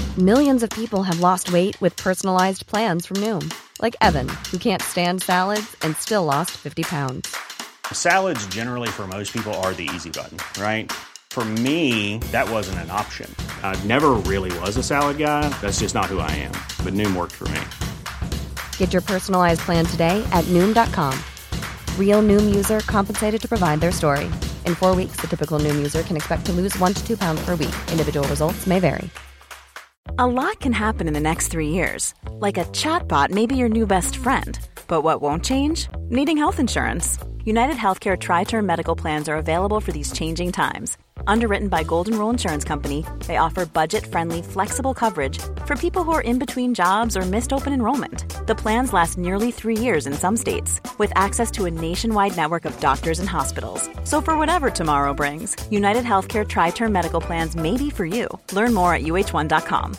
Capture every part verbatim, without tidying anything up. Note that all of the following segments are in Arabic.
Millions of people have lost weight with personalized plans from Noom. Like Evan, who can't stand salads and still lost fifty pounds. Salads generally for most people are the easy button, right? For me, that wasn't an option. I never really was a salad guy. That's just not who I am. But Noom worked for me. Get your personalized plan today at Noom dot com. Real Noom user compensated to provide their story. In four weeks, the typical Noom user can expect to lose one to two pounds per week. Individual results may vary. A lot can happen in the next three years. Like a chatbot may be your new best friend. But what won't change? Needing health insurance. United Healthcare Tri-Term Medical Plans are available for these changing times. Underwritten by Golden Rule Insurance Company, they offer budget-friendly, flexible coverage for people who are in between jobs or missed open enrollment. The plans last nearly three years in some states, with access to a nationwide network of doctors and hospitals. So for whatever tomorrow brings, United Healthcare Tri-Term Medical Plans may be for you. Learn more at U H one dot com.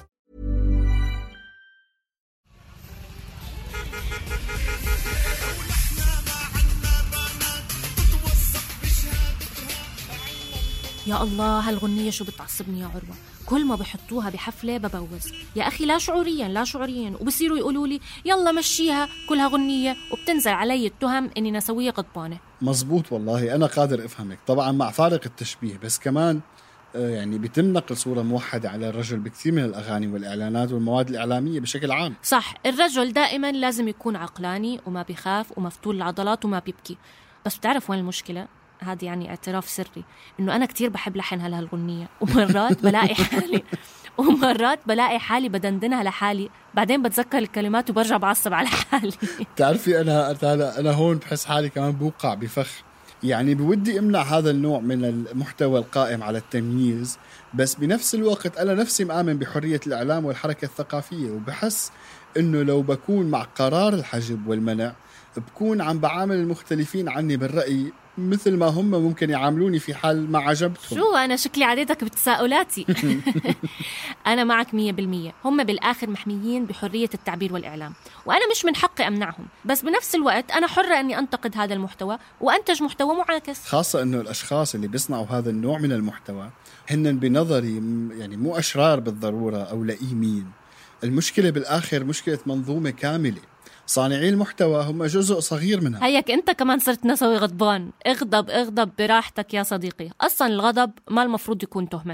يا الله هالغنية شو بتعصبني يا عروة. كل ما بحطوها بحفلة ببوز يا أخي، لا شعوريا لا شعوريا، وبصيروا يقولوا لي يلا مشيها كلها غنية، وبتنزل علي التهم إني نسوية غضبانة. مزبوط والله، أنا قادر أفهمك طبعا مع فارق التشبيه، بس كمان يعني بيتم نقل صورة موحدة على الرجل بكثير من الأغاني والإعلانات والمواد الإعلامية بشكل عام. صح، الرجل دائما لازم يكون عقلاني وما بيخاف ومفتول العضلات وما بيبكي. بس بتعرف وين المشكلة؟ هذا يعني اعتراف سري إنه أنا كتير بحب لحن هالغنية، ومرات بلاقي حالي ومرات بلاقي حالي بدندنها لحالي، بعدين بتذكر الكلمات وبرجع بعصب على حالي. تعرفي أنا أنا هون بحس حالي كمان بوقع بفخ، يعني بودي امنع هذا النوع من المحتوى القائم على التمييز، بس بنفس الوقت أنا نفسي مآمن بحرية الإعلام والحركة الثقافية، وبحس إنه لو بكون مع قرار الحجب والمنع بكون عم بعامل المختلفين عني بالرأي مثل ما هم ممكن يعاملوني في حال ما عجبتهم. شو أنا شكلي عديتك بتساؤلاتي. أنا معك مية بالمية، هم بالآخر محميين بحرية التعبير والإعلام، وأنا مش من حقي أمنعهم، بس بنفس الوقت أنا حرة أني أنتقد هذا المحتوى وأنتج محتوى معاكس. خاصة أنه الأشخاص اللي بيصنعوا هذا النوع من المحتوى هن بنظري يعني مو أشرار بالضرورة أو لئيمين. المشكلة بالآخر مشكلة منظومة كاملة، صانعي المحتوى هم جزء صغير منها. هيك أنت كمان صرت نسوي غضبان. اغضب اغضب براحتك يا صديقي، أصلا الغضب ما المفروض يكون تهمة.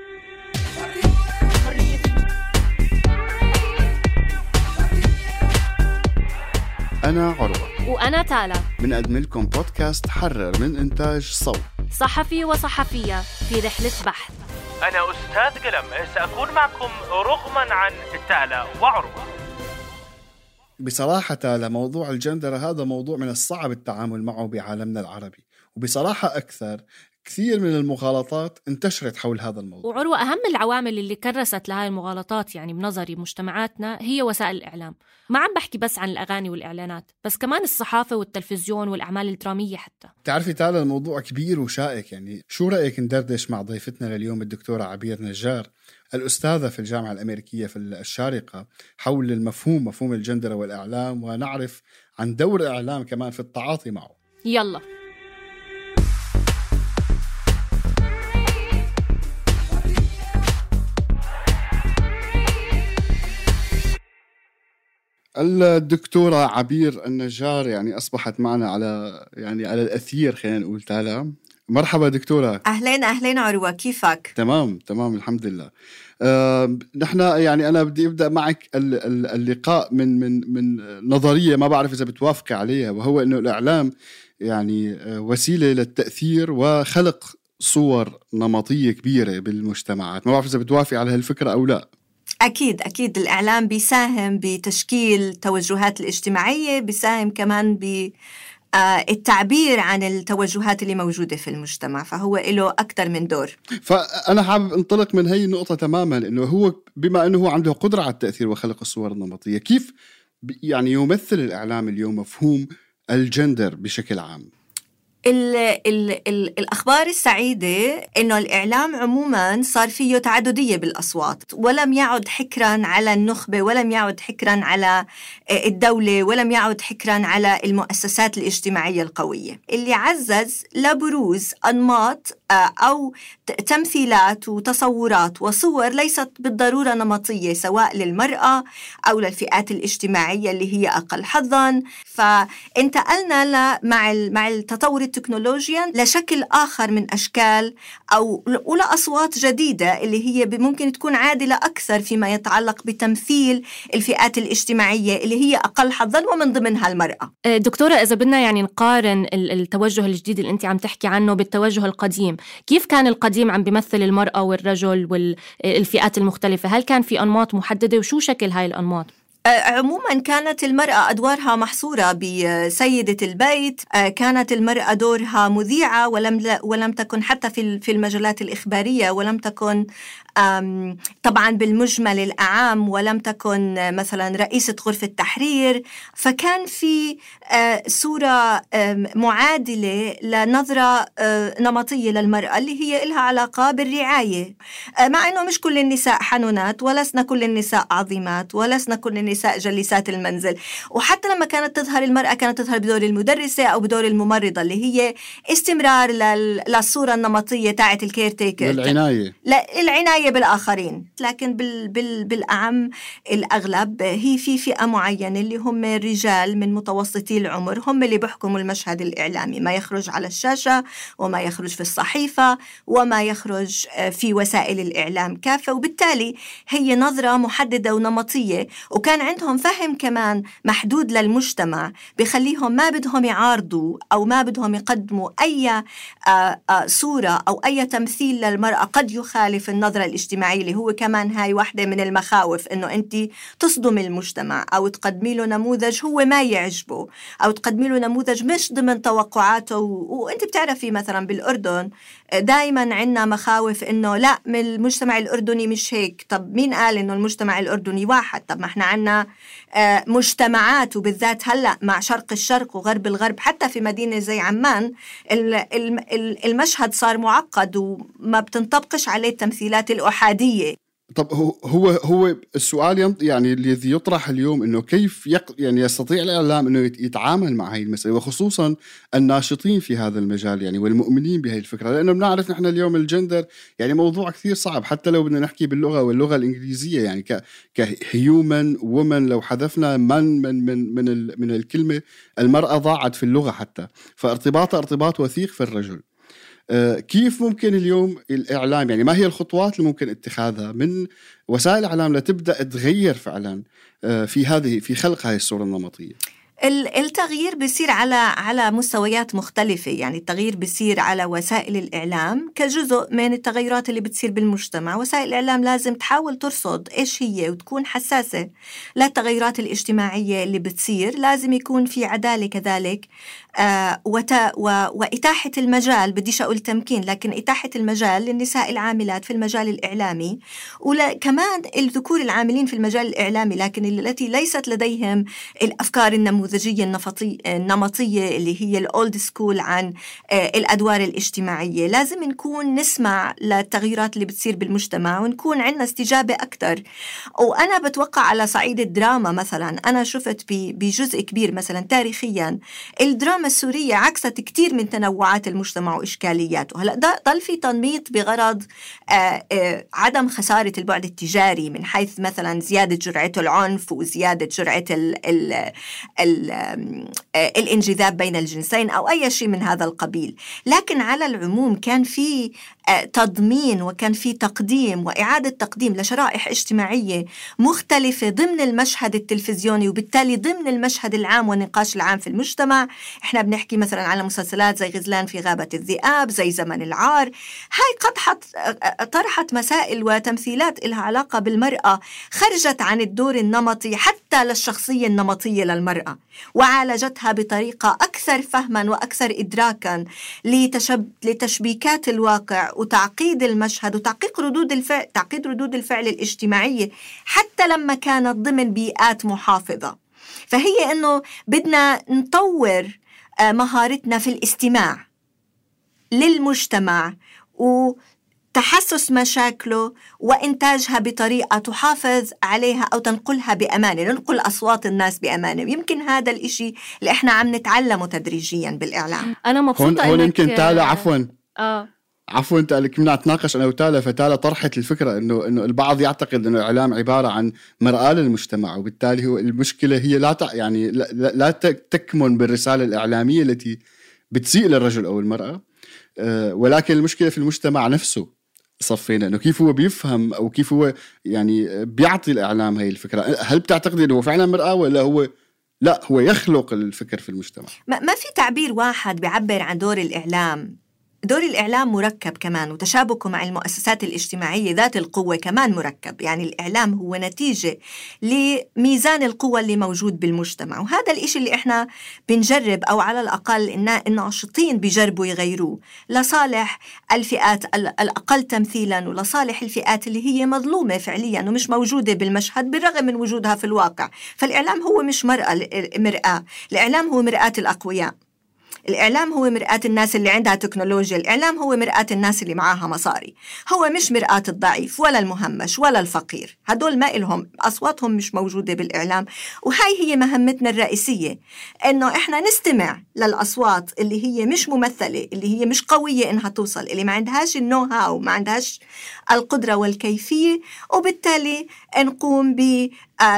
أنا عروة وأنا تالا، بنقدم لكم بودكاست حرر من إنتاج صوت، صحفي وصحفية في رحلة بحث. أنا أستاذ قلم، سأكون معكم رغما عن تالا وعروة. بصراحة تالا، موضوع الجندر هذا موضوع من الصعب التعامل معه بعالمنا العربي، وبصراحة أكثر كثير من المغالطات انتشرت حول هذا الموضوع. وعروة، أهم العوامل اللي كرست لهاي المغالطات يعني بنظري مجتمعاتنا هي وسائل الإعلام. ما عم بحكي بس عن الأغاني والإعلانات، بس كمان الصحافة والتلفزيون والأعمال الدرامية حتى. تعرفي تالا، الموضوع كبير وشائك، يعني شو رأيك ندردش مع ضيفتنا لليوم الدكتورة عبير نجار، الأستاذة في الجامعة الأمريكية في الشارقة، حول المفهوم مفهوم الجندر والإعلام، ونعرف عن دور الإعلام كمان في التعاطي معه. يلا. الدكتورة عبير النجار يعني أصبحت معنا على يعني على الأثير، خلينا نقول تالا. مرحبا دكتورة. أهلين أهلين عروة، كيفك؟ تمام تمام الحمد لله. آه، نحن يعني أنا بدي أبدأ معك اللقاء من من من نظرية ما بعرف إذا بتوافق عليها، وهو إنه الإعلام يعني وسيلة للتأثير وخلق صور نمطية كبيرة بالمجتمعات. ما بعرف إذا بتوافق على هالفكرة أو لا. أكيد أكيد، الإعلام بيساهم بتشكيل توجهات الاجتماعية، بيساهم كمان بالتعبير عن التوجهات اللي موجودة في المجتمع، فهو له أكثر من دور. فأنا حابب انطلق من هاي النقطة تماما، إنه هو بما إنه هو عنده قدرة على التأثير وخلق الصور النمطية، كيف يعني يمثل الإعلام اليوم مفهوم الجندر بشكل عام؟ ال ال ال الأخبار السعيدة إنه الإعلام عموماً صار فيه تعددية بالأصوات، ولم يعد حكراً على النخبة، ولم يعد حكراً على الدولة، ولم يعد حكراً على المؤسسات الاجتماعية القوية، اللي عزز لبروز أنماط أو تمثيلات وتصورات وصور ليست بالضرورة نمطية، سواء للمرأة أو للفئات الاجتماعية اللي هي أقل حظاً. فانتقلنا مع مع التطور التكنولوجيا لشكل آخر من أشكال أو ولا أصوات جديدة اللي هي ممكن تكون عادلة أكثر فيما يتعلق بتمثيل الفئات الاجتماعية اللي هي أقل حظاً ومن ضمنها المرأة. دكتورة، إذا بدنا يعني نقارن التوجه الجديد اللي أنت عم تحكي عنه بالتوجه القديم، كيف كان القديم عم بيمثل المرأة والرجل والفئات المختلفة؟ هل كان في أنماط محددة وشو شكل هاي الأنماط؟ عموما كانت المرأة أدوارها محصورة بسيدة البيت، كانت المرأة دورها مذيعة ولم ولم تكن حتى في في المجالات الإخبارية، ولم تكن طبعا بالمجمل الأعام، ولم تكن مثلا رئيسة غرفة تحرير. فكان في صورة معادلة لنظرة نمطية للمرأة اللي هي إلها علاقة بالرعاية، مع أنه مش كل النساء حنونات، ولسنا كل النساء عظيمات، ولسنا كل النساء جليسات المنزل. وحتى لما كانت تظهر المرأة كانت تظهر بدور المدرسة أو بدور الممرضة، اللي هي استمرار للصورة النمطية تاعت الكيرتيكر، للعناية لا العناية بالآخرين. لكن بال بال بالأعم الأغلب هي في فئة معينة اللي هم الرجال من متوسطي العمر، هم اللي بيحكموا المشهد الإعلامي، ما يخرج على الشاشة وما يخرج في الصحيفة وما يخرج في وسائل الإعلام كافة. وبالتالي هي نظرة محددة ونمطية، وكان عندهم فهم كمان محدود للمجتمع بيخليهم ما بدهم يعارضوا أو ما بدهم يقدموا أي صورة أو أي تمثيل للمرأة قد يخالف النظرة الاجتماعية، اللي هو كمان هاي واحدة من المخاوف، إنه أنت تصدم المجتمع أو تقدمي له نموذج هو ما يعجبه، أو تقدمي له نموذج مش ضمن توقعاته. وأنت بتعرفي مثلا بالأردن دايما عنا مخاوف إنه لا، من المجتمع الأردني مش هيك. طب مين قال إنه المجتمع الأردني واحد؟ طب ما احنا عنا مجتمعات، وبالذات هلأ مع شرق الشرق وغرب الغرب، حتى في مدينة زي عمان المشهد صار معقد وما بتنطبقش عليه التمثيلات الأحادية. طب هو هو هو السؤال يعني الذي يطرح اليوم انه كيف يق يعني يستطيع الاعلام انه يتعامل مع هاي المساله، وخصوصا الناشطين في هذا المجال يعني والمؤمنين بهاي الفكره، لانه بنعرف نحن اليوم الجندر يعني موضوع كثير صعب، حتى لو بدنا نحكي باللغه واللغه الانجليزيه يعني ك كهيومن وومن، لو حذفنا من من من من, من الكلمه المراه ضاعت في اللغه حتى، فارتباطها ارتباط وثيق في الرجل. كيف ممكن اليوم الإعلام يعني ما هي الخطوات اللي ممكن اتخاذها من وسائل الإعلام لتبدأ تغير فعلا في هذه في خلق هذه الصورة النمطية؟ التغيير بيصير على على مستويات مختلفة. يعني التغيير بيصير على وسائل الإعلام كجزء من التغيرات اللي بتصير بالمجتمع. وسائل الإعلام لازم تحاول ترصد إيش هي وتكون حساسة للتغيرات الاجتماعية اللي بتصير. لازم يكون في عدالة كذلك، آه وتا و وإتاحة المجال، بديش أقول تمكين، لكن إتاحة المجال للنساء العاملات في المجال الإعلامي، وكمان الذكور العاملين في المجال الإعلامي لكن التي ليست لديهم الأفكار النموذجية النمطية اللي هي الأولد سكول عن الأدوار الاجتماعية. لازم نكون نسمع للتغييرات اللي بتصير بالمجتمع ونكون عندنا استجابة أكتر. وأنا بتوقع على صعيد الدراما مثلا، أنا شفت بجزء كبير مثلا تاريخيا الدراما السورية عكست كتير من تنوعات المجتمع وإشكالياته. هلأ ضل في تنميط بغرض عدم خسارة البعد التجاري، من حيث مثلا زيادة جرعة العنف وزيادة جرعة ال ال ال الانجذاب بين الجنسين أو أي شيء من هذا القبيل. لكن على العموم كان في تضمين وكان في تقديم وإعادة تقديم لشرائح اجتماعية مختلفة ضمن المشهد التلفزيوني، وبالتالي ضمن المشهد العام والنقاش العام في المجتمع. احنا بنحكي مثلا على مسلسلات زي غزلان في غابة الذئاب، زي زمن العار. هاي قد طرحت مسائل وتمثيلات إلها علاقة بالمرأة، خرجت عن الدور النمطي حتى للشخصية النمطية للمرأة، وعالجتها بطريقة أكثر فهما وأكثر إدراكا لتشب... لتشبيكات الواقع وتعقيد المشهد وتعقيد ردود الفعل تعقيد ردود الفعل الاجتماعية حتى لما كانت ضمن بيئات محافظة. فهي إنه بدنا نطور مهارتنا في الاستماع للمجتمع وتحسس مشاكله وإنتاجها بطريقة تحافظ عليها أو تنقلها بأمانة، ننقل أصوات الناس بأمانة. يمكن هذا الإشي اللي إحنا عم نتعلمه تدريجيا بالإعلام. أنا مبسوطة هون, هون يمكن تالا عفوا آه. عفوا انت اللي كنا نتناقش انا وتالا، فتالا طرحت الفكره انه انه البعض يعتقد انه الاعلام عباره عن مرآة للمجتمع، وبالتالي هو المشكله هي لا تع... يعني لا, لا تكمن بالرساله الاعلاميه التي بتسيء للرجل او المراه، أه ولكن المشكله في المجتمع نفسه. صفينا انه كيف هو بيفهم او كيف هو يعني بيعطي الاعلام هاي الفكره. هل بتعتقد انه هو فعلا مرآة ولا هو لا هو يخلق الفكر في المجتمع؟ ما, ما في تعبير واحد بيعبر عن دور الاعلام. دور الإعلام مركب كمان، وتشابكه مع المؤسسات الاجتماعية ذات القوة كمان مركب. يعني الإعلام هو نتيجة لميزان القوة اللي موجود بالمجتمع، وهذا الإشي اللي إحنا بنجرب أو على الأقل الناشطين بيجربوا يغيروه لصالح الفئات الأقل تمثيلاً ولصالح الفئات اللي هي مظلومة فعلياً ومش موجودة بالمشهد بالرغم من وجودها في الواقع. فالإعلام هو مش مرأة مرآة، الإعلام هو مرآة الأقوياء، الإعلام هو مرآة الناس اللي عندها تكنولوجيا، الإعلام هو مرآة الناس اللي معاها مصاري، هو مش مرآة الضعيف ولا المهمش ولا الفقير. هدول ما إلهم أصواتهم مش موجودة بالإعلام. وهاي هي مهمتنا الرئيسية، إنه إحنا نستمع للأصوات اللي هي مش ممثلة، اللي هي مش قوية إنها توصل، اللي ما عندهاش النو هاو، ما عندهاش القدرة والكيفية، وبالتالي نقوم ب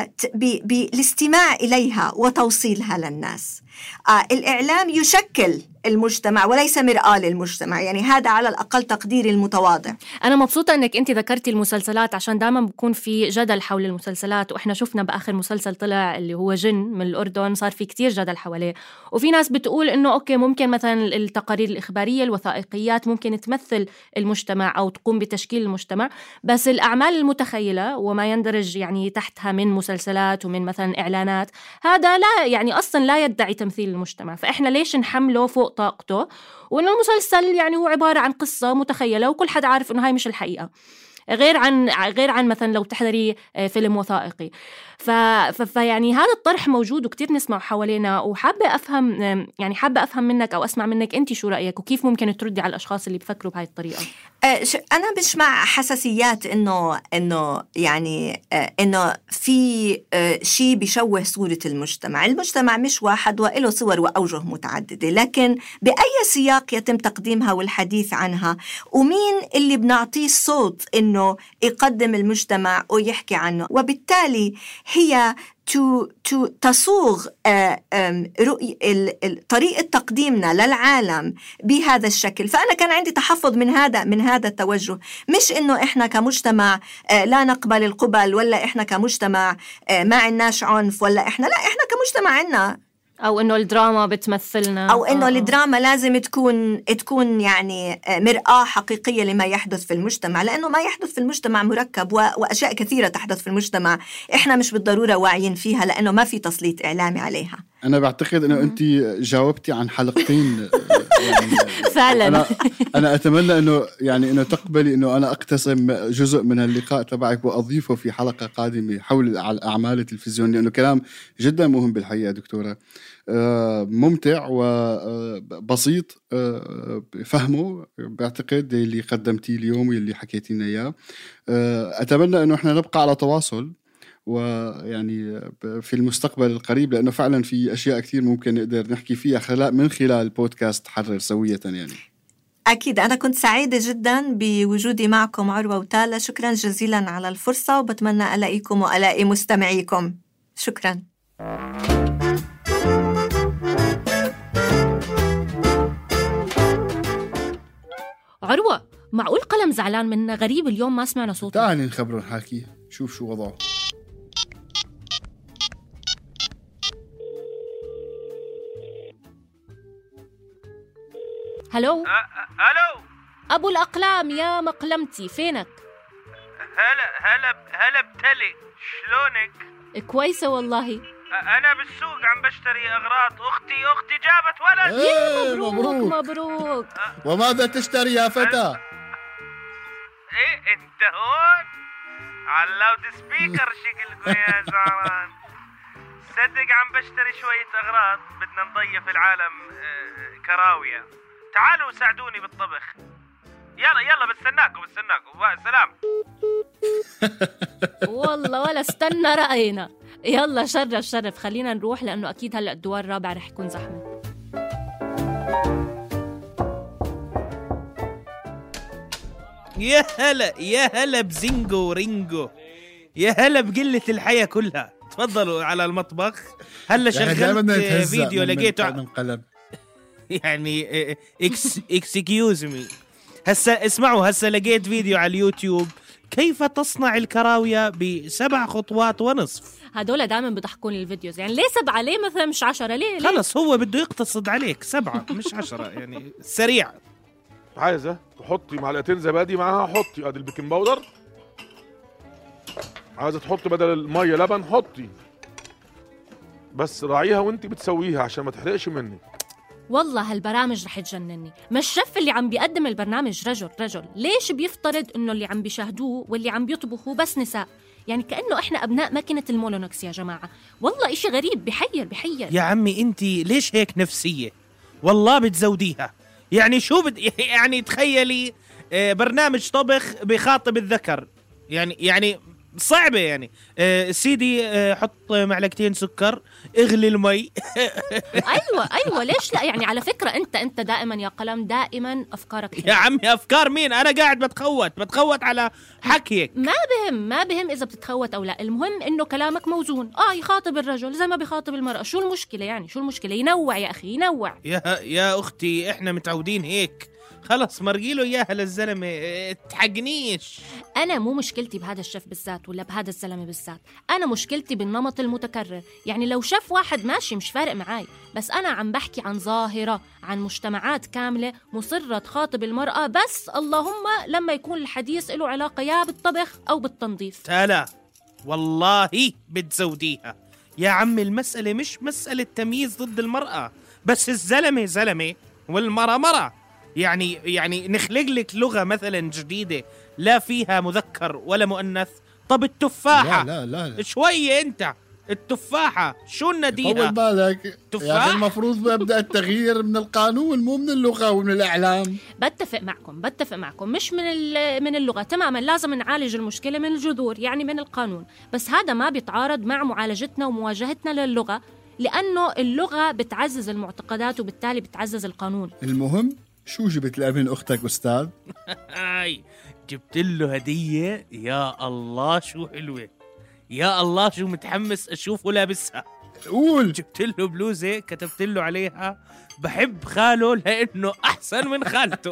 بالاستماع إليها وتوصيلها للناس. آه الإعلام يشكل المجتمع وليس مرآة للمجتمع، يعني هذا على الأقل تقديري المتواضع. أنا مبسوطة أنك أنت ذكرتي المسلسلات، عشان دائما بكون في جدل حول المسلسلات، وإحنا شفنا بآخر مسلسل طلع اللي هو جن من الأردن صار في كتير جدل حواليه. وفي ناس بتقول أنه أوكي ممكن مثلا التقارير الإخبارية الوثائقيات ممكن تمثل المجتمع أو تقوم بتشكيل المجتمع، بس الأعمال المتخيلة وما يندرج يعني تحتها من مسلسلات ومن مثلا إعلانات، هذا لا يعني أصلا لا يدعي تمثيل المجتمع. فإحنا ليش نحمله فوق طاقته، وإنه المسلسل يعني هو عبارة عن قصة متخيلة وكل حد عارف إنه هاي مش الحقيقة، غير عن غير عن مثلا لو تحضري فيلم وثائقي. ف... فيعني هذا الطرح موجود وكتير نسمع حوالينا، وحابة أفهم يعني حابة أفهم منك أو أسمع منك أنت شو رأيك وكيف ممكن تردي على الأشخاص اللي بفكروا بهاي الطريقة. أنا مش مع حساسيات إنه إنه يعني إنه في شيء بيشوه صورة المجتمع. المجتمع مش واحد وإله صور وأوجه متعددة، لكن بأي سياق يتم تقديمها والحديث عنها، ومين اللي بنعطيه الصوت إنه يقدم المجتمع ويحكي عنه. وبالتالي هي تو تو تصوغ رؤية طريقة تقديمنا للعالم بهذا الشكل. فأنا كان عندي تحفظ من هذا من هذا التوجه، مش إنه إحنا كمجتمع لا نقبل القبل، ولا إحنا كمجتمع ما عندناش عنف، ولا إحنا لا إحنا كمجتمع عنا، أو إنه الدراما بتمثلنا، أو إنه آه. الدراما لازم تكون تكون يعني مرآة حقيقية لما يحدث في المجتمع، لأنه ما يحدث في المجتمع مركب، وأشياء كثيرة تحدث في المجتمع إحنا مش بالضرورة واعيين فيها لأنه ما في تسليط إعلامي عليها. أنا بعتقد إنه أنت جاوبتي عن حلقتين يعني فعلا. أنا أنا أتمنى إنه يعني إنه تقبلي إنه أنا أقتسم جزء من اللقاء تبعك وأضيفه في حلقة قادمة حول الأعمال التلفزيونية، لأنه كلام جدا مهم بالحقيقة دكتورة، ممتع وبسيط فهمه بعتقد اللي قدمتيه اليوم واللي حكيتي لنا إياه. أتمنى إنه إحنا نبقى على تواصل ويعني في المستقبل القريب، لأنه فعلا في أشياء كثير ممكن نقدر نحكي فيها خلال من خلال بودكاست حرر سوية. يعني أكيد أنا كنت سعيدة جدا بوجودي معكم عروة وتالا، شكرا جزيلا على الفرصة، وبتمنى ألاقيكم وألاقي مستمعيكم. شكرا. عروة، معقول قلم زعلان منا؟ غريب اليوم ما سمعنا صوته. تعالي نخبره نحكي شوف شو وضعه. هلو. هلو أبو الأقلام يا مقلمتي، فينك؟ هلا هلا هلا بتلي، شلونك؟ كويسة والله. أنا بالسوق عم بشتري أغراض أختي أختي جابت ولد. إيه مبروك مبروك, مبروك. وماذا تشتري يا فتى؟ إيه أنت هون؟ على اللاود سبيكر شكلكم يا زعران. صدق عم بشتري شوية أغراض، بدنا نضيف العالم كراوية. تعالوا ساعدوني بالطبخ. يلا يلا بستناكم بستناكم سلام. والله ولا استنى رأينا. يلا شرف شرف، خلينا نروح لأنه أكيد هلأ الدوار الرابع رح يكون زحمة. يا هلا يا هلا بزينجو ورينجو، يا هلا بقلة الحياة كلها. تفضلوا على المطبخ. هلا شغلت فيديو لقيته من قلم يعني اكس اكسكيوز مي. هسا اسمعوا، هسا لقيت فيديو على اليوتيوب كيف تصنع الكراوية بسبع خطوات ونصف. هدول دائما بضحكوني الفيديوز، يعني ليه سبعة ليه مثلا مش عشرة ليه, ليه؟ خلص هو بده يقتصد عليك، سبعة مش عشرة يعني سريع. عايزة تحطي معلقتين زبادي معاها، حطي ادي البيكنج باودر. عايزة تحطي بدل المية لبن، حطي، بس راعيها وانت بتسويها عشان ما تحرقش منك. والله هالبرامج رح تجنني. ما الشيف اللي عم بيقدم البرنامج رجل رجل ليش بيفترض انه اللي عم بيشاهدوه واللي عم بيطبخوا بس نساء؟ يعني كأنه احنا ابناء ماكينة المولونكس يا جماعة. والله اشي غريب، بحير بحير. يا عمي انتي ليش هيك نفسية؟ والله بتزوديها. يعني شو بد... يعني تخيلي برنامج طبخ بخاطب الذكر، يعني يعني صعبة يعني. آه سيدي آه حط معلقتين سكر، اغلي المي. ايوه ايوه ليش لا؟ يعني على فكرة انت انت دائما يا قلم دائما افكارك حلوة. يا عمي افكار مين؟ انا قاعد بتخوت بتخوت على حكيك. ما بهم ما بهم اذا بتتخوت او لا، المهم انه كلامك موزون. اه يخاطب الرجل زي ما بيخاطب المرأة. شو المشكلة يعني؟ شو المشكلة؟ ينوع يا اخي ينوع. يا يا اختي احنا متعودين هيك، خلص مرقيله اياها للزلمه، تحقنيش. انا مو مشكلتي بهذا الشيف بالذات ولا بهذا الزلمه بالذات، انا مشكلتي بالنمط المتكرر. يعني لو شيف واحد ماشي مش فارق معاي، بس انا عم بحكي عن ظاهره، عن مجتمعات كامله مصره تخاطب المراه بس اللهم لما يكون الحديث له علاقه يا بالطبخ او بالتنظيف. لا والله بتزوديها يا عمي. المساله مش مساله تمييز ضد المراه، بس الزلمه زلمه والمراه مرأة. يعني يعني نخلق لك لغة مثلا جديدة لا فيها مذكر ولا مؤنث. طب التفاحة لا لا لا, لا. شوية انت التفاحة شو النديها؟ طول بالك يعني المفروض يبدأ التغيير من القانون مو من اللغة ومن الإعلام. بتفق معكم بتفق معكم مش من من اللغة تماما. لازم نعالج المشكلة من الجذور، يعني من القانون. بس هذا ما بيتعارض مع معالجتنا ومواجهتنا للغة، لأنه اللغة بتعزز المعتقدات وبالتالي بتعزز القانون. المهم شو جبت لابن أختك أستاذ؟ هاي جبت له هدية. يا الله شو حلوة، يا الله شو متحمس أشوفه لابسها. قول. جبت له بلوزة كتبت له عليها بحب خاله لأنه أحسن من خالته.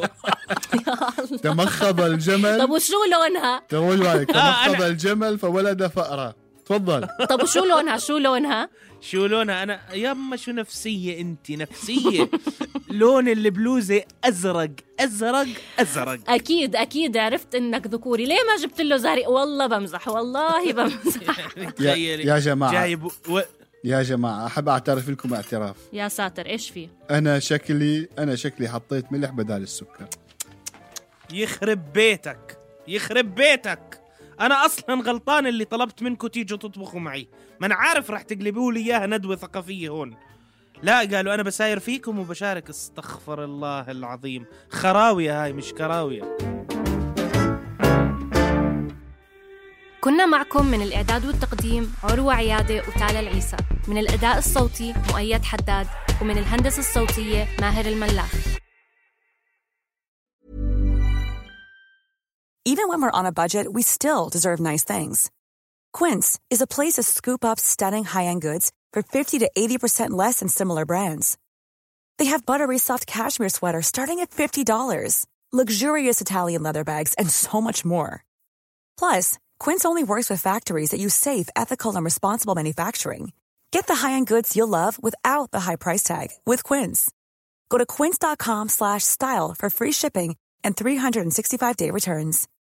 تمخض الجمل. طب وشو لونها؟ تقول بالك تمخض الجمل فولد فأرة. تفضل. طب وشو لونها؟ شو لونها؟ شو لونها؟ أنا يما شو نفسية أنت نفسية. لون البلوزة أزرق أزرق أزرق. أكيد أكيد عرفت إنك ذكوري. ليه ما جبت له زهري؟ والله بمزح والله بمزح. يا, يا جماعة جايب و... يا جماعة أحب أعترف لكم اعتراف. يا ساتر إيش فيه؟ أنا شكلي أنا شكلي حطيت ملح بدال السكر. يخرب بيتك يخرب بيتك. أنا أصلاً غلطان اللي طلبت منكم تيجوا تطبخوا معي. ما أنا عارف رح تقلبوا لي إياها ندوة ثقافية هون. لا قالوا أنا بساير فيكم وبشارك. استغفر الله العظيم. خراوية هاي مش كراوية. كنا معكم من الإعداد والتقديم عروة عيادة وتالا العيسى، من الأداء الصوتي مؤيد حداد، ومن الهندسة الصوتية ماهر الملاخ. Even when we're on a budget, we still deserve nice things. Quince is a place to scoop up stunning high-end goods for fifty to eighty percent less than similar brands. They have buttery soft cashmere sweaters starting at fifty dollars, luxurious Italian leather bags, and so much more. Plus, Quince only works with factories that use safe, ethical, and responsible manufacturing. Get the high-end goods you'll love without the high price tag with Quince. Go to quince dot com slash style for free shipping and three hundred sixty-five day returns.